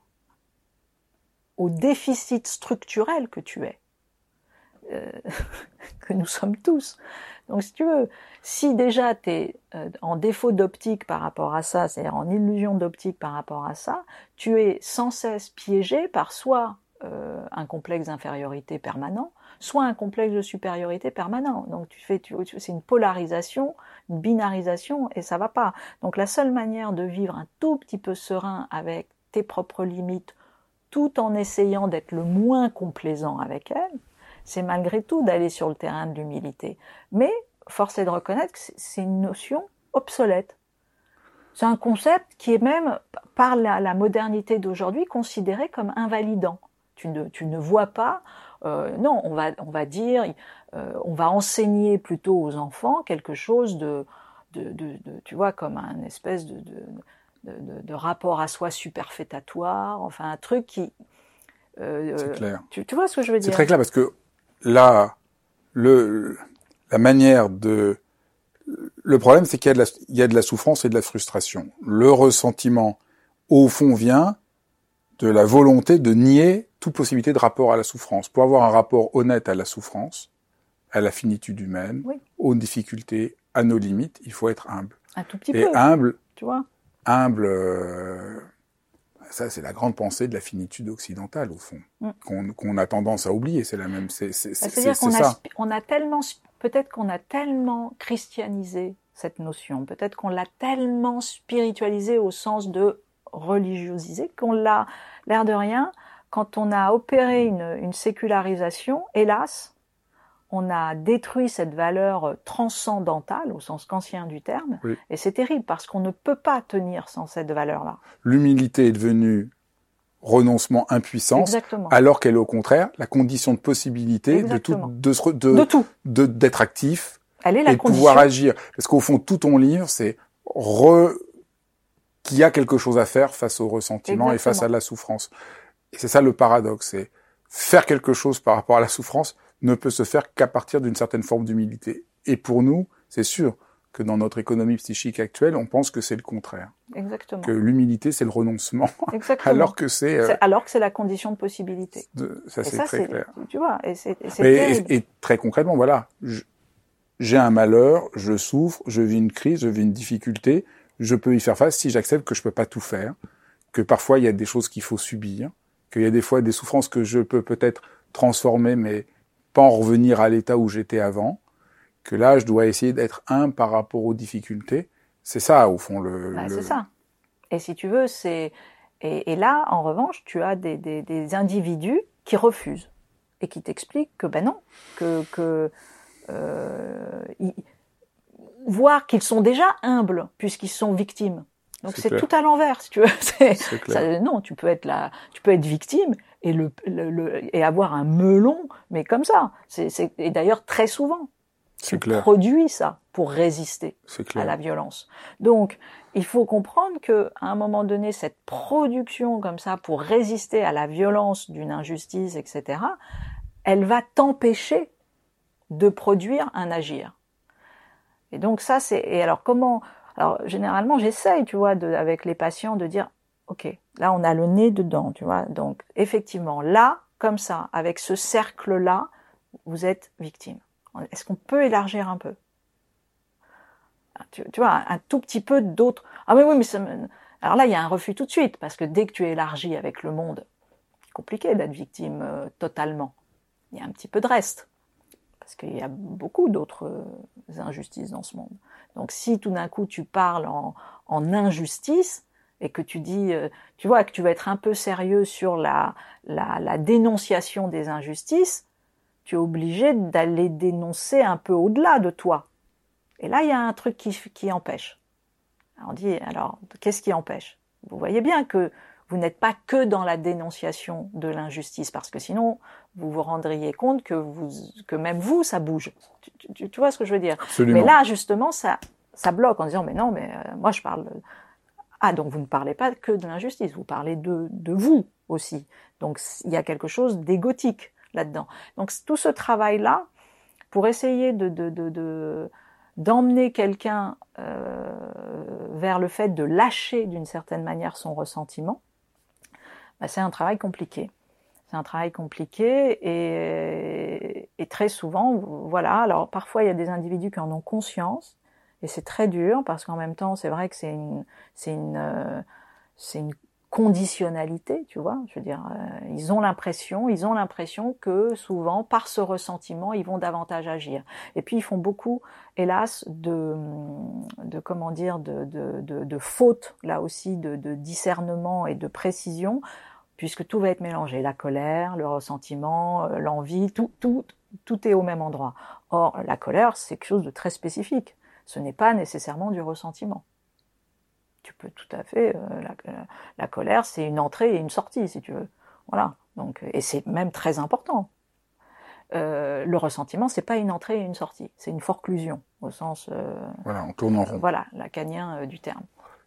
au déficit structurel que tu es, euh, que nous sommes tous. Donc si tu veux, si déjà tu es euh, en défaut d'optique par rapport à ça, c'est-à-dire en illusion d'optique par rapport à ça, tu es sans cesse piégé par soit euh, un complexe d'infériorité permanent, soit un complexe de supériorité permanent. Donc tu fais, tu, c'est une polarisation, une binarisation, et ça va pas. Donc la seule manière de vivre un tout petit peu serein avec tes propres limites, tout en essayant d'être le moins complaisant avec elles, c'est malgré tout d'aller sur le terrain de l'humilité. Mais force est de reconnaître que c'est une notion obsolète. C'est un concept qui est même, par la, la modernité d'aujourd'hui, considéré comme invalidant. Tu ne, tu ne vois pas... Euh, non, on va, on va dire, euh, on va enseigner plutôt aux enfants quelque chose de, de, de, de tu vois, comme un espèce de, de, de, de, de rapport à soi superfétatoire, enfin un truc qui... Euh, c'est clair. Tu, tu vois ce que je veux dire? C'est très clair parce que là, le, la manière de... Le problème, c'est qu'il y a de la, il y a de la souffrance et de la frustration. Le ressentiment, au fond, vient de la volonté de nier toute possibilité de rapport à la souffrance. Pour avoir un rapport honnête à la souffrance, à la finitude humaine, oui. aux difficultés, à nos limites, il faut être humble. Un tout petit et peu. Et humble, tu vois. Humble, euh, ça c'est la grande pensée de la finitude occidentale au fond, mm. qu'on, qu'on a tendance à oublier. C'est la même. C'est, c'est, c'est, C'est-à-dire c'est, qu'on c'est a, ça. on a tellement, peut-être qu'on a tellement christianisé cette notion, peut-être qu'on l'a tellement spiritualisé au sens de religiosisé, qu'on l'a, l'air de rien, quand on a opéré une, une sécularisation, hélas, on a détruit cette valeur transcendantale, au sens kantien du terme, oui. Et c'est terrible, parce qu'on ne peut pas tenir sans cette valeur-là. L'humilité est devenue renoncement, impuissance, Exactement. Alors qu'elle est au contraire la condition de possibilité Exactement. de tout, de, de, de tout, de, d'être actif elle est la et de condition. pouvoir agir. Parce qu'au fond, tout ton livre, c'est re... qu'il y a quelque chose à faire face au ressentiment Exactement. Et face à la souffrance. Et c'est ça le paradoxe, c'est faire quelque chose par rapport à la souffrance ne peut se faire qu'à partir d'une certaine forme d'humilité. Et pour nous, c'est sûr que dans notre économie psychique actuelle, on pense que c'est le contraire. Exactement. Que l'humilité, c'est le renoncement. Exactement. Alors que c'est, euh, c'est... Alors que c'est la condition de possibilité. De... Ça, et c'est ça, très c'est... clair. Tu vois, et c'est, et c'est Mais, terrible. Et, et très concrètement, voilà. Je... J'ai un malheur, je souffre, je vis une crise, je vis une difficulté. Je peux y faire face si j'accepte que je peux pas tout faire. Que parfois, il y a des choses qu'il faut subir. Qu'il y a des fois des souffrances que je peux peut-être transformer, mais pas en revenir à l'état où j'étais avant, que là, je dois essayer d'être humble par rapport aux difficultés. C'est ça, au fond, le... Bah, le... C'est ça. Et si tu veux, c'est... Et, et là, en revanche, tu as des, des, des individus qui refusent et qui t'expliquent que ben non, que... que euh, ils... voire qu'ils sont déjà humbles puisqu'ils sont victimes. Donc c'est, c'est tout à l'envers, si tu veux. C'est, c'est ça, non, tu peux être là, tu peux être victime et le, le, le et avoir un melon, mais comme ça. C'est, c'est et d'ailleurs très souvent, c'est tu clair. produis ça pour résister c'est clair. à la violence. Donc il faut comprendre que à un moment donné, cette production comme ça pour résister à la violence d'une injustice, et cetera, elle va t'empêcher de produire un agir. Et donc ça, c'est... Et alors comment... Alors généralement, j'essaye, tu vois, de, avec les patients, de dire, ok, là on a le nez dedans, tu vois. Donc effectivement, là, comme ça, avec ce cercle-là, vous êtes victime. Est-ce qu'on peut élargir un peu? tu, tu vois, un, un tout petit peu d'autres... Ah mais oui, mais ça me... Alors là, il y a un refus tout de suite, parce que dès que tu élargis avec le monde, c'est compliqué d'être victime euh, totalement. Il y a un petit peu de reste. Parce qu'il y a beaucoup d'autres injustices dans ce monde. Donc si tout d'un coup tu parles en, en injustice et que tu dis, euh, tu vois, que tu vas être un peu sérieux sur la, la, la dénonciation des injustices, tu es obligé d'aller dénoncer un peu au-delà de toi. Et là, il y a un truc qui, qui empêche. Alors on dit, alors, qu'est-ce qui empêche? Vous voyez bien que vous n'êtes pas que dans la dénonciation de l'injustice, parce que sinon, vous vous rendriez compte que, vous, que même vous, ça bouge. Tu, tu, tu vois ce que je veux dire? Absolument. Mais là, justement, ça, ça bloque en disant, mais non, mais euh, moi, je parle... Ah, donc vous ne parlez pas que de l'injustice, vous parlez de, de vous aussi. Donc, il y a quelque chose d'égotique là-dedans. Donc, tout ce travail-là, pour essayer de... de, de, de d'emmener quelqu'un euh, vers le fait de lâcher d'une certaine manière son ressentiment, bah, c'est un travail compliqué. C'est un travail compliqué et, et très souvent, voilà, alors parfois il y a des individus qui en ont conscience et c'est très dur parce qu'en même temps c'est vrai que c'est une, c'est une, euh, c'est une conditionnalité, tu vois, je veux dire, euh, ils ont l'impression, ils ont l'impression que souvent, par ce ressentiment, ils vont davantage agir. Et puis, ils font beaucoup, hélas, de, de comment dire, de, de, de, de fautes, là aussi, de, de discernement et de précision, puisque tout va être mélangé, la colère, le ressentiment, l'envie, tout, tout, tout est au même endroit. Or, la colère, c'est quelque chose de très spécifique. Ce n'est pas nécessairement du ressentiment. Tu peux tout à fait, euh, la, la colère, c'est une entrée et une sortie, si tu veux. Voilà. Donc, et c'est même très important. Euh, le ressentiment, c'est pas une entrée et une sortie, c'est une forclusion, au sens... Euh, voilà, on tourne en rond. Euh, voilà, lacanien euh, du terme.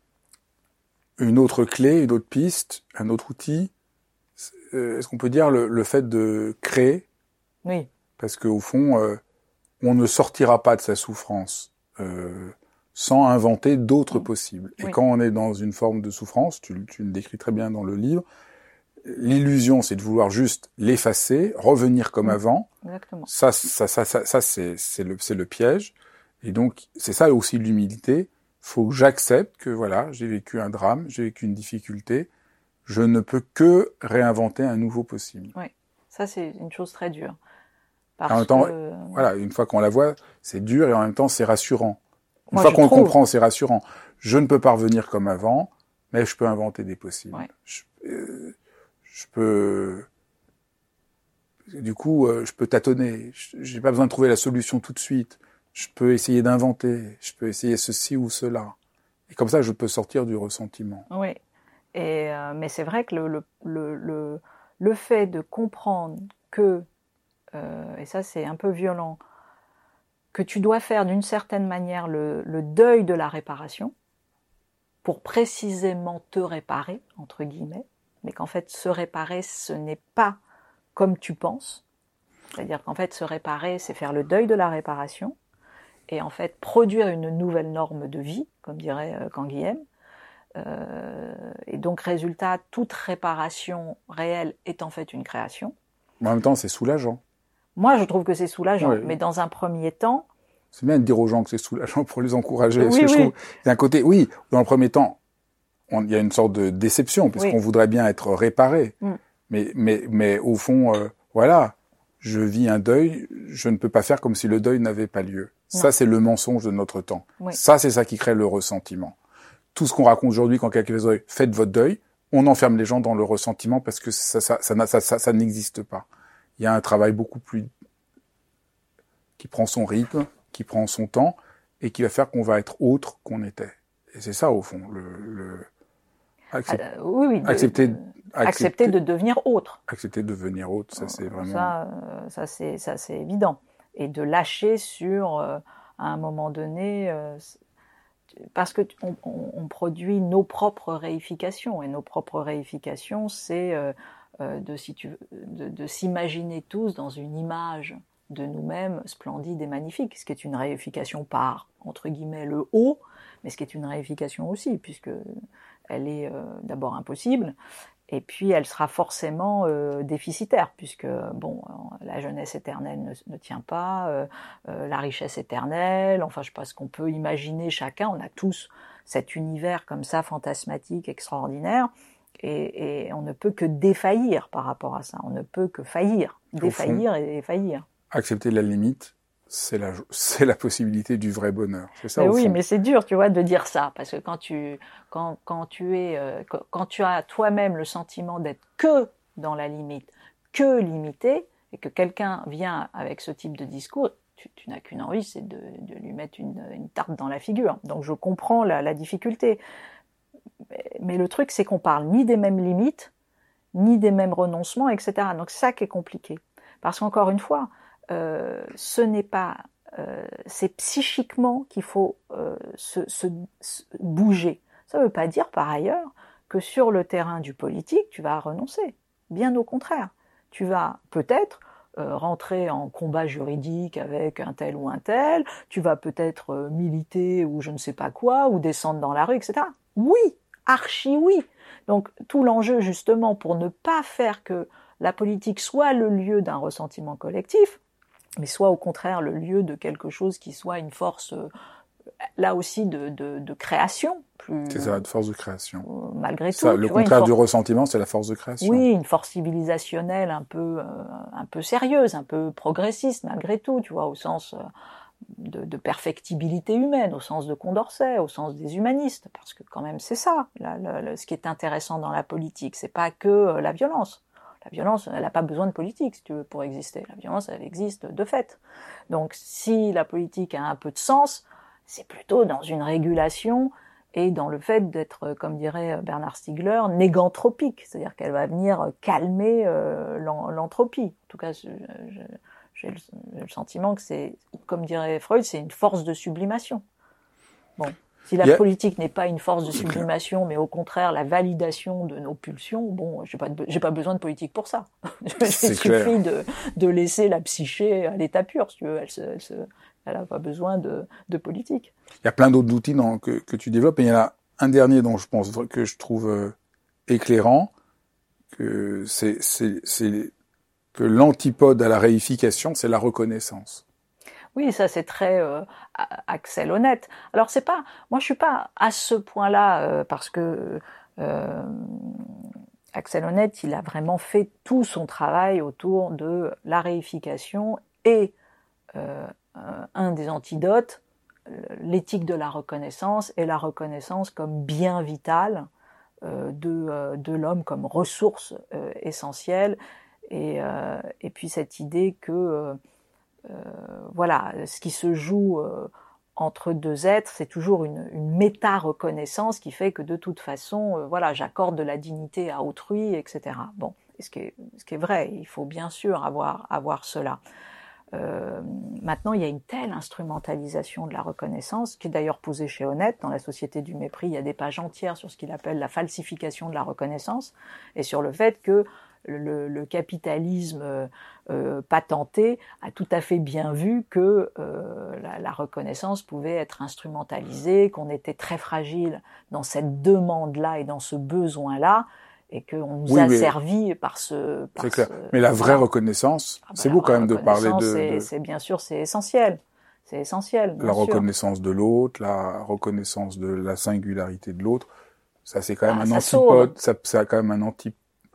Une autre clé, une autre piste, un autre outil, est-ce qu'on peut dire le, le fait de créer? Oui. Parce qu'au fond, euh, on ne sortira pas de sa souffrance euh, sans inventer d'autres mmh. possibles. Et oui. Quand on est dans une forme de souffrance, tu, tu le décris très bien dans le livre, l'illusion, c'est de vouloir juste l'effacer, revenir comme mmh. avant. Exactement. Ça, ça, ça, ça, ça c'est, c'est, le, c'est le piège. Et donc, c'est ça aussi l'humilité. Faut que j'accepte que voilà, j'ai vécu un drame, j'ai vécu une difficulté. Je ne peux que réinventer un nouveau possible. Oui, ça c'est une chose très dure. Parce en même temps, que... voilà, une fois qu'on la voit, c'est dur et en même temps c'est rassurant. Une Moi, fois qu'on le trouve... comprend, c'est rassurant. Je ne peux pas revenir comme avant, mais je peux inventer des possibles. Ouais. Je, euh, je peux, du coup, euh, je peux tâtonner. Je, j'ai pas besoin de trouver la solution tout de suite. Je peux essayer d'inventer. Je peux essayer ceci ou cela. Et comme ça, je peux sortir du ressentiment. Oui. Et euh, mais c'est vrai que le le le le, le fait de comprendre que euh, et ça c'est un peu violent, que tu dois faire d'une certaine manière le, le deuil de la réparation pour précisément te réparer entre guillemets, mais qu'en fait se réparer ce n'est pas comme tu penses, c'est-à-dire qu'en fait se réparer c'est faire le deuil de la réparation et en fait produire une nouvelle norme de vie, comme dirait euh, Canguilhem. Euh, et donc, résultat, toute réparation réelle est en fait une création. Mais en même temps, c'est soulageant. Moi, je trouve que c'est soulageant, oui. Mais dans un premier temps... C'est bien de dire aux gens que c'est soulageant pour les encourager. Oui, parce que oui. je trouve, d'un côté, oui, dans le premier temps, il y a une sorte de déception, puisqu'on oui. voudrait bien être réparé. Mm. Mais, mais, mais au fond, euh, voilà, je vis un deuil, je ne peux pas faire comme si le deuil n'avait pas lieu. Non. Ça, c'est le mensonge de notre temps. Oui. Ça, c'est ça qui crée le ressentiment. Tout ce qu'on raconte aujourd'hui quand quelqu'un fait deuil, faites votre deuil, on enferme les gens dans le ressentiment parce que ça, ça, ça, ça, ça, ça, ça n'existe pas. Il y a un travail beaucoup plus qui prend son rythme, qui prend son temps et qui va faire qu'on va être autre qu'on était. Et c'est ça, au fond, le... le... Accept... Euh, oui, oui, de, accepter, de, accepter, accepter de devenir autre. Accepter de devenir autre, ça c'est vraiment... Ça, euh, ça, c'est, ça c'est évident. Et de lâcher sur, euh, à un moment donné, euh, parce que on, on, on produit nos propres réifications, et nos propres réifications, c'est euh, euh, de, si tu veux, de, de s'imaginer tous dans une image de nous-mêmes splendide et magnifique, ce qui est une réification par, entre guillemets, le haut, mais ce qui est une réification aussi, puisque elle est euh, d'abord impossible, et puis elle sera forcément euh, déficitaire, puisque bon, la jeunesse éternelle ne, ne tient pas, euh, euh, la richesse éternelle, enfin je sais pas ce qu'on peut imaginer chacun, on a tous cet univers comme ça, fantasmatique, extraordinaire, et, et on ne peut que défaillir par rapport à ça, on ne peut que faillir, défaillir fond, et faillir. Accepter la limite, c'est la, c'est la possibilité du vrai bonheur. C'est ça, mais au oui, fond. Mais c'est dur, tu vois, de dire ça, parce que quand tu, quand, quand tu es, euh, quand, quand tu as toi-même le sentiment d'être que dans la limite, que limité, et que quelqu'un vient avec ce type de discours, tu, tu n'as qu'une envie, c'est de, de lui mettre une, une tarte dans la figure. Donc je comprends la, la difficulté. Mais, mais le truc, c'est qu'on parle ni des mêmes limites, ni des mêmes renoncements, et cetera. Donc c'est ça qui est compliqué. Parce qu'encore une fois, euh, ce n'est pas... Euh, c'est psychiquement qu'il faut euh, se, se, se bouger. Ça ne veut pas dire par ailleurs que sur le terrain du politique, tu vas renoncer. Bien au contraire. Tu vas peut-être euh, rentrer en combat juridique avec un tel ou un tel, tu vas peut-être euh, militer ou je ne sais pas quoi, ou descendre dans la rue, et cetera. Oui, archi oui. Donc tout l'enjeu justement pour ne pas faire que la politique soit le lieu d'un ressentiment collectif, mais soit au contraire le lieu de quelque chose qui soit une force, euh, là aussi, de, de, de création. Plus, c'est ça, de force de création. Euh, malgré ça, tout. Le contraire du ressentiment, c'est la force de création. Oui, une force civilisationnelle un peu, euh, un peu sérieuse, un peu progressiste, malgré tout, tu vois, au sens euh, de, de perfectibilité humaine, au sens de Condorcet, au sens des humanistes, parce que quand même c'est ça, là, le, le, ce qui est intéressant dans la politique, c'est pas que euh, la violence. La violence, elle n'a pas besoin de politique, si tu veux, pour exister. La violence, elle existe de fait. Donc, si la politique a un peu de sens, c'est plutôt dans une régulation et dans le fait d'être, comme dirait Bernard Stiegler, négantropique. C'est-à-dire qu'elle va venir calmer euh, l'entropie. En tout cas, je, je, j'ai, le, j'ai le sentiment que c'est, comme dirait Freud, c'est une force de sublimation. Bon. Si la yeah. politique n'est pas une force de sublimation, mais au contraire la validation de nos pulsions, bon, j'ai pas, de, j'ai pas besoin de politique pour ça. Il suffit de, de laisser la psyché à l'état pur, si tu veux. Elle se, elle se, elle a pas besoin de, de politique. Il y a plein d'autres outils dans, que, que tu développes, et il y en a un dernier dont je pense que je trouve euh, éclairant, que c'est, c'est, c'est que l'antipode à la réification, c'est la reconnaissance. Oui, ça c'est très euh, Axel Honneth. Alors c'est pas, moi je suis pas à ce point-là euh, parce que euh, Axel Honneth, il a vraiment fait tout son travail autour de la réification et euh, un des antidotes, l'éthique de la reconnaissance et la reconnaissance comme bien vital euh, de euh, de l'homme comme ressource euh, essentielle et euh, et puis cette idée que euh, Euh, voilà, ce qui se joue euh, entre deux êtres, c'est toujours une, une méta-reconnaissance qui fait que de toute façon, euh, voilà, j'accorde de la dignité à autrui, et cetera. Bon, ce qui est, ce qui est vrai, il faut bien sûr avoir, avoir cela. Euh, maintenant, il y a une telle instrumentalisation de la reconnaissance, qui est d'ailleurs posée chez Honneth, dans La Société du mépris, il y a des pages entières sur ce qu'il appelle la falsification de la reconnaissance, et sur le fait que Le, le capitalisme euh, patenté a tout à fait bien vu que euh, la, la reconnaissance pouvait être instrumentalisée, qu'on était très fragile dans cette demande-là et dans ce besoin-là, et qu'on nous oui, a servi par ce... Par c'est clair. Ce, mais la vraie voilà. reconnaissance, ah bah c'est beau quand même de parler de... C'est, de... c'est bien sûr, c'est essentiel. C'est essentiel, bien La sûr. reconnaissance de l'autre, la reconnaissance de la singularité de l'autre, ça c'est quand même ah, un ça antipode, ça, ça a quand même un antipode.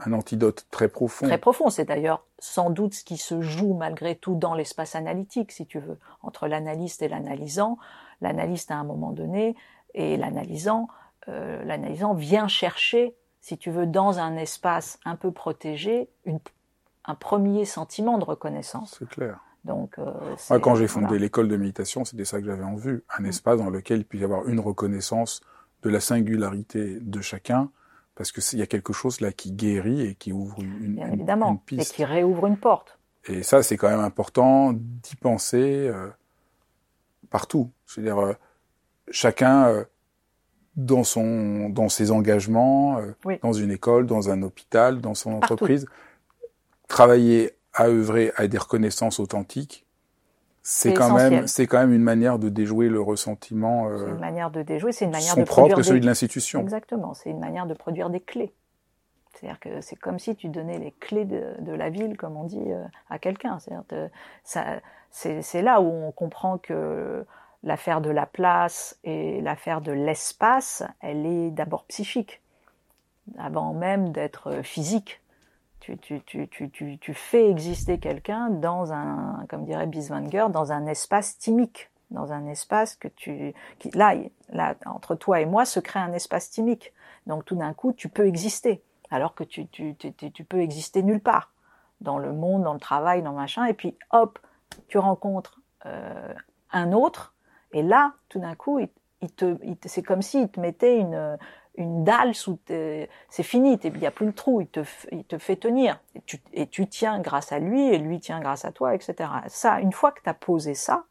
un antidote très profond. Très profond, c'est d'ailleurs sans doute ce qui se joue malgré tout dans l'espace analytique, si tu veux, entre l'analyste et l'analysant. L'analyste à un moment donné, et l'analysant, euh, l'analysant vient chercher, si tu veux, dans un espace un peu protégé, une, un premier sentiment de reconnaissance. C'est clair. Donc, euh, Moi, quand j'ai fondé voilà. l'école de méditation, c'était ça que j'avais en vue, un Mm. espace dans lequel il puisse y avoir une reconnaissance de la singularité de chacun, parce que il y a quelque chose là qui guérit et qui ouvre une, Bien une, évidemment, une piste. et qui réouvre une porte. Et ça, c'est quand même important d'y penser euh, partout. C'est-à-dire euh, chacun euh, dans son, dans ses engagements, euh, Oui. dans une école, dans un hôpital, dans son Partout. entreprise, travailler à œuvrer à des reconnaissances authentiques, c'est, C'est quand essentiel. même, c'est quand même une manière de déjouer le ressentiment. Euh, C'est une manière de déjouer, c'est une manière son de propre produire que celui des... de l'institution. Exactement, c'est une manière de produire des clés. C'est-à-dire que c'est comme si tu donnais les clés de, de la ville, comme on dit, euh, à quelqu'un. C'est-à-dire que ça, c'est, c'est là où on comprend que l'affaire de la place et l'affaire de l'espace, elle est d'abord psychique, avant même d'être physique. Tu, tu, tu, tu, tu, tu fais exister quelqu'un dans un, comme dirait Bieswanger, dans un espace thymique, dans un espace que tu, qui, là, là, entre toi et moi, se crée un espace thymique. Donc tout d'un coup, tu peux exister, alors que tu, tu, tu, tu peux exister nulle part, dans le monde, dans le travail, dans machin, et puis hop, tu rencontres euh, un autre, et là, tout d'un coup, il, il te, il te, c'est comme s'il te mettait une une dalle sous tes... c'est fini, il n'y a plus le trou, il te, il te fait tenir, et tu, et tu tiens grâce à lui, et lui tient grâce à toi, et cetera. Ça, une fois que tu as posé ça,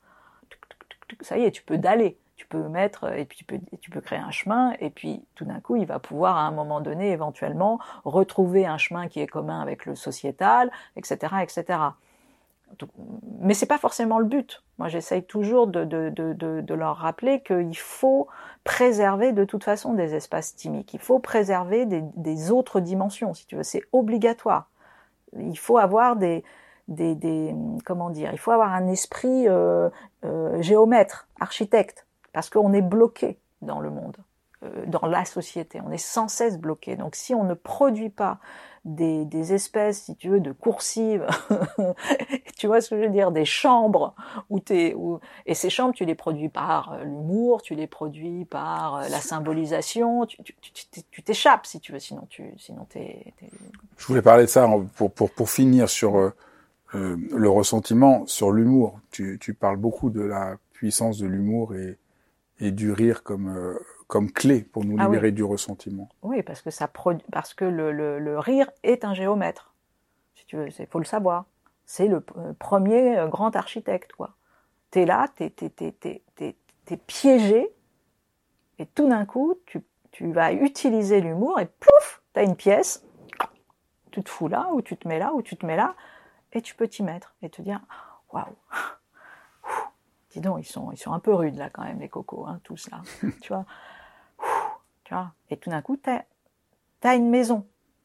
ça y est, tu peux daller, tu peux mettre, et puis tu peux, tu peux créer un chemin, et puis tout d'un coup, il va pouvoir à un moment donné, éventuellement, retrouver un chemin qui est commun avec le sociétal, et cetera, et cetera. Mais c'est pas forcément le but. Moi, j'essaye toujours de, de, de, de, de leur rappeler qu'il faut préserver de toute façon des espaces thymiques. Il faut préserver des, des autres dimensions, si tu veux. C'est obligatoire. Il faut avoir des, des, des comment dire, il faut avoir un esprit euh, euh, géomètre, architecte, parce qu'on est bloqué dans le monde, euh, dans la société. On est sans cesse bloqué. Donc, si on ne produit pas Des, des espèces, si tu veux, de coursives, tu vois ce que je veux dire, des chambres où t'es, où... et ces chambres, tu les produis par euh, l'humour, tu les produis par euh, la symbolisation, tu, tu, tu, tu t'échappes si tu veux, sinon tu, sinon t'es, t'es... Je voulais parler de ça pour pour pour finir sur euh, euh, le ressentiment, sur l'humour. Tu tu parles beaucoup de la puissance de l'humour et et du rire comme euh, comme clé pour nous libérer ah oui. du ressentiment. Oui, parce que ça produit, parce que le, le, le rire est un géomètre. Si tu veux, il faut le savoir. C'est le euh, premier euh, grand architecte, quoi. T'es là, t'es, t'es, t'es, t'es, t'es, t'es piégé, et tout d'un coup, tu, tu vas utiliser l'humour, et plouf, t'as une pièce, tu te fous là, ou tu te mets là, ou tu te mets là, et tu peux t'y mettre, et te dire, waouh, dis donc, ils sont, ils sont un peu rudes, là, quand même, les cocos, hein, tous, là, tu vois. Tu vois, et tout d'un coup, t'as, t'as une maison.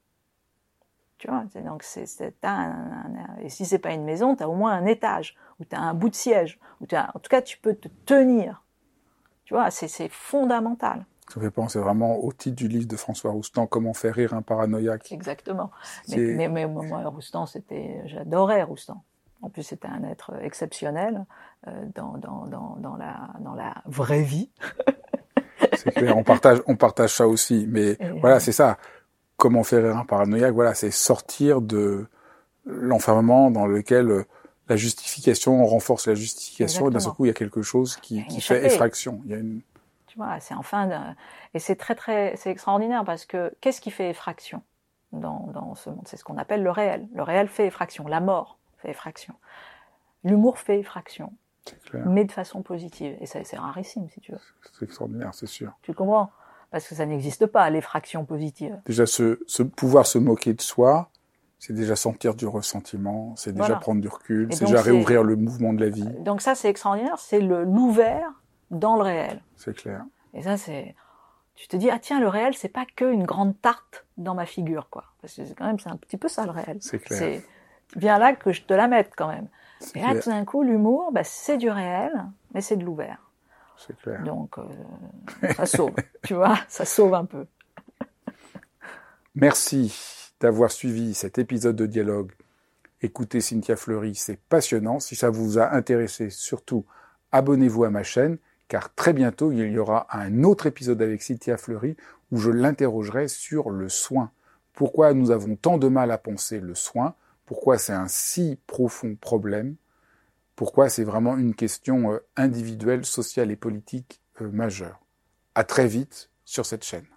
Tu vois, c'est, donc c'est, c'est, t'as un, un, un, et si c'est pas une maison, t'as au moins un étage, ou t'as un bout de siège, ou t'as, en tout cas, tu peux te tenir. Tu vois, c'est, c'est fondamental. Ça fait penser vraiment au titre du livre de François Roustan, Comment faire rire un paranoïaque. Exactement. Mais, mais, mais moi, Roustan, c'était, j'adorais Roustan. En plus, c'était un être exceptionnel euh, dans, dans, dans, dans, la, dans la vraie vie. C'est clair, on partage, on partage ça aussi. Mais et voilà, euh... c'est ça. Comment faire rire un paranoïaque, voilà, c'est sortir de l'enfermement dans lequel la justification, on renforce la justification, Exactement. Et d'un seul coup, il y a quelque chose qui, qui fait effraction. Il y a une... Tu vois, c'est enfin, de... et c'est très très, c'est extraordinaire parce que qu'est-ce qui fait effraction dans, dans ce monde? C'est ce qu'on appelle le réel. Le réel fait effraction. La mort fait effraction. L'humour fait effraction. Mais de façon positive. Et ça, c'est rarissime, si tu veux. C'est extraordinaire, c'est sûr. Tu comprends? Parce que ça n'existe pas, l'effraction positive. Déjà, ce, ce pouvoir se moquer de soi, c'est déjà sentir du ressentiment, c'est déjà voilà. prendre du recul, c'est déjà réouvrir le mouvement de la vie. Donc ça, c'est extraordinaire, c'est le, l'ouvert dans le réel. C'est clair. Et ça, c'est... Tu te dis, ah tiens, le réel, c'est pas qu'une grande tarte dans ma figure, quoi. Parce que c'est quand même, c'est un petit peu ça, le réel. C'est clair. C'est bien là que je te la mette, quand même. C'est et là, clair. Tout d'un coup, l'humour, bah, c'est du réel, mais c'est de l'ouvert. C'est clair. Donc, euh, ça sauve, tu vois, ça sauve un peu. Merci d'avoir suivi cet épisode de Dialogue. Écoutez Cynthia Fleury, c'est passionnant. Si ça vous a intéressé, surtout, abonnez-vous à ma chaîne, car très bientôt, il y aura un autre épisode avec Cynthia Fleury où je l'interrogerai sur le soin. Pourquoi nous avons tant de mal à penser le soin? Pourquoi c'est un si profond problème? Pourquoi c'est vraiment une question individuelle, sociale et politique majeure? À très vite sur cette chaîne.